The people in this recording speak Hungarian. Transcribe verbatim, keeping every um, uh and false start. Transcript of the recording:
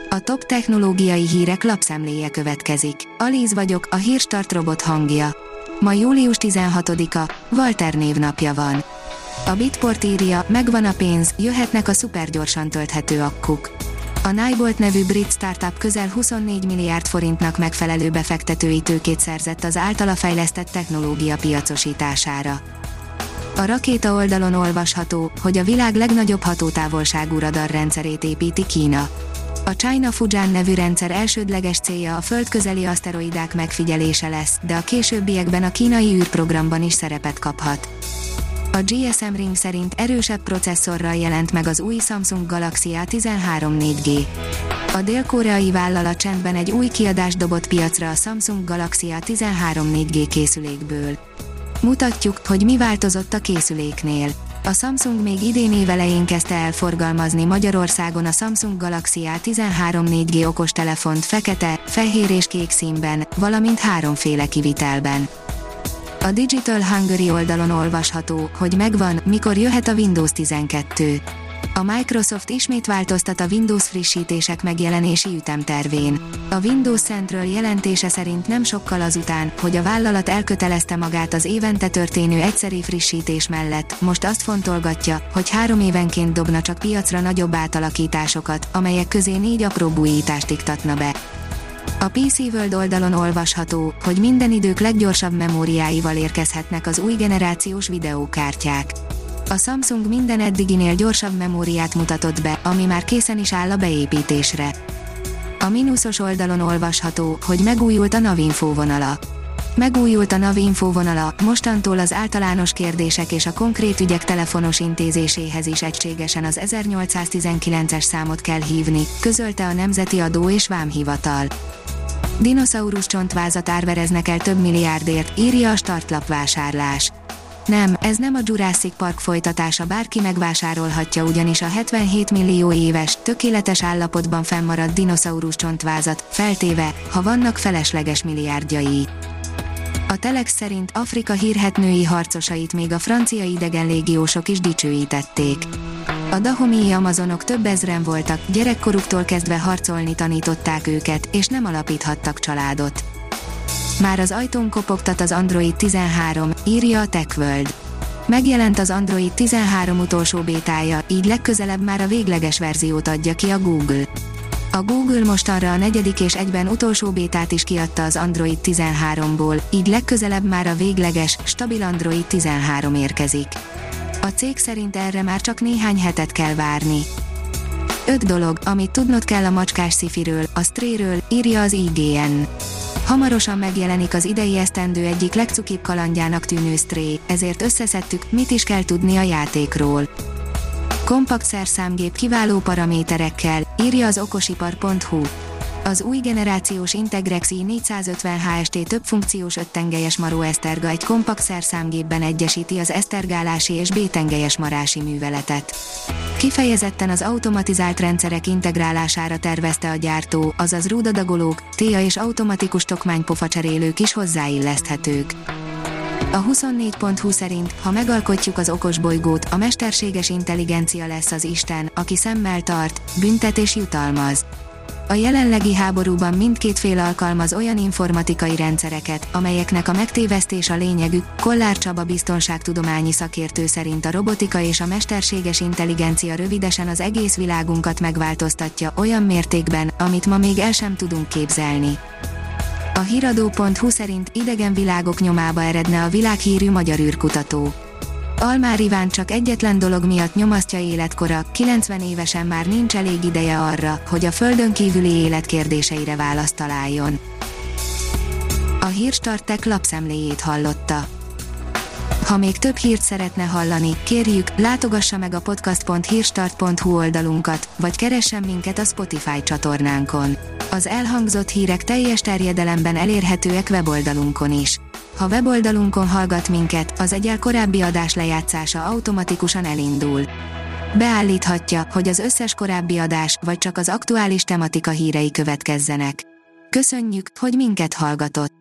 A top technológiai hírek lapszemléje következik. Alíz vagyok, a Hírstart robot hangja. Ma július tizenhatodika, Walter névnapja van. A Bitport írja, megvan a pénz, jöhetnek a szupergyorsan tölthető akkuk. A Nybolt nevű brit startup közel huszonnégy milliárd forintnak megfelelő befektetői tőkét szerzett az általa fejlesztett technológia piacosítására. A rakéta oldalon olvasható, hogy a világ legnagyobb hatótávolságú radarrendszerét építi Kína. A China Fujian nevű rendszer elsődleges célja a földközeli aszteroidák megfigyelése lesz, de a későbbiekben a kínai űrprogramban is szerepet kaphat. A gé es em Ring szerint erősebb processzorral jelent meg az új Samsung Galaxy á tizenhárom négy gé. A dél-koreai vállalat csendben egy új kiadást dobott piacra a Samsung Galaxy á tizenhárom négy gé készülékből. Mutatjuk, hogy mi változott a készüléknél. A Samsung még idén év elején kezdte el forgalmazni Magyarországon a Samsung Galaxy á tizenhárom négy gé okostelefont fekete, fehér és kék színben, valamint háromféle kivitelben. A Digital Hungary oldalon olvasható, hogy megvan, mikor jöhet a Windows tizenkettő. A Microsoft ismét változtat a Windows frissítések megjelenési ütemtervén. A Windows Central jelentése szerint nem sokkal azután, hogy a vállalat elkötelezte magát az évente történő egyszeri frissítés mellett, most azt fontolgatja, hogy három évenként dobna csak piacra nagyobb átalakításokat, amelyek közé négy apró újítást iktatna be. A pé cé World oldalon olvasható, hogy minden idők leggyorsabb memóriáival érkezhetnek az új generációs videókártyák. A Samsung minden eddiginél gyorsabb memóriát mutatott be, ami már készen is áll a beépítésre. A mínuszos oldalon olvasható, hogy megújult a Navinfo vonala. Megújult a Navinfo vonala, mostantól az általános kérdések és a konkrét ügyek telefonos intézéséhez is egységesen az ezernyolcszáztizenkilences számot kell hívni, közölte a Nemzeti Adó és Vámhivatal. Dinoszaurusz csontvázat árvereznek el több milliárdért, írja a startlapvásárlás. Nem, ez nem a Jurassic Park folytatása, bárki megvásárolhatja ugyanis a hetvenhét millió éves, tökéletes állapotban fennmaradt dinoszaurusz csontvázat, feltéve, ha vannak felesleges milliárdjai. A Telex szerint Afrika hírhetnői harcosait még a francia idegenlégiósok is dicsőítették. A dahomey amazonok több ezren voltak, gyerekkoruktól kezdve harcolni tanították őket, és nem alapíthattak családot. Már az ajtón kopogtat az Android tizenhárom, írja a TechWorld. Megjelent az Android tizenhárom utolsó bétája, így legközelebb már a végleges verziót adja ki a Google. A Google mostanra a negyedik és egyben utolsó bétát is kiadta az Android tizenháromból, így legközelebb már a végleges, stabil Android tizenhárom érkezik. A cég szerint erre már csak néhány hetet kell várni. öt dolog, amit tudnod kell a macskás szifiről, a Stray-ről, írja az i gé en. Hamarosan megjelenik az idei esztendő egyik legcukibb kalandjának tűnő Stray, ezért összeszedtük, mit is kell tudni a játékról. Kompakt szerszámgép kiváló paraméterekkel, írja az okosipar pont hu. Az új generációs Integrex i négyszázötven há es té többfunkciós öttengelyes maró eszterga egy kompakt szerszámgépben egyesíti az esztergálási és B-tengelyes marási műveletet. Kifejezetten az automatizált rendszerek integrálására tervezte a gyártó, azaz rúdadagolók, téa és automatikus tokmánypofacserélők is hozzáilleszthetők. A huszonnégy pont hu szerint, ha megalkotjuk az okosbolygót, a mesterséges intelligencia lesz az Isten, aki szemmel tart, büntet és jutalmaz. A jelenlegi háborúban mindkét fél alkalmaz olyan informatikai rendszereket, amelyeknek a megtévesztés a lényegük. Kollár Csaba biztonságtudományi szakértő szerint a robotika és a mesterséges intelligencia rövidesen az egész világunkat megváltoztatja olyan mértékben, amit ma még el sem tudunk képzelni. A hiradó pont hu szerint idegen világok nyomába eredne a világhírű magyar űrkutató. Almár Iván csak egyetlen dolog miatt nyomasztja életkora, kilencven évesen már nincs elég ideje arra, hogy a földön kívüli élet kérdéseire választ találjon. A Hírstart Tech lapszemléjét hallotta. Ha még több hírt szeretne hallani, kérjük, látogassa meg a podcast pont hírstart pont hu oldalunkat, vagy keressen minket a Spotify csatornánkon. Az elhangzott hírek teljes terjedelemben elérhetőek weboldalunkon is. Ha weboldalunkon hallgat minket, az egyel korábbi adás lejátszása automatikusan elindul. Beállíthatja, hogy az összes korábbi adás, vagy csak az aktuális tematika hírei következzenek. Köszönjük, hogy minket hallgatott!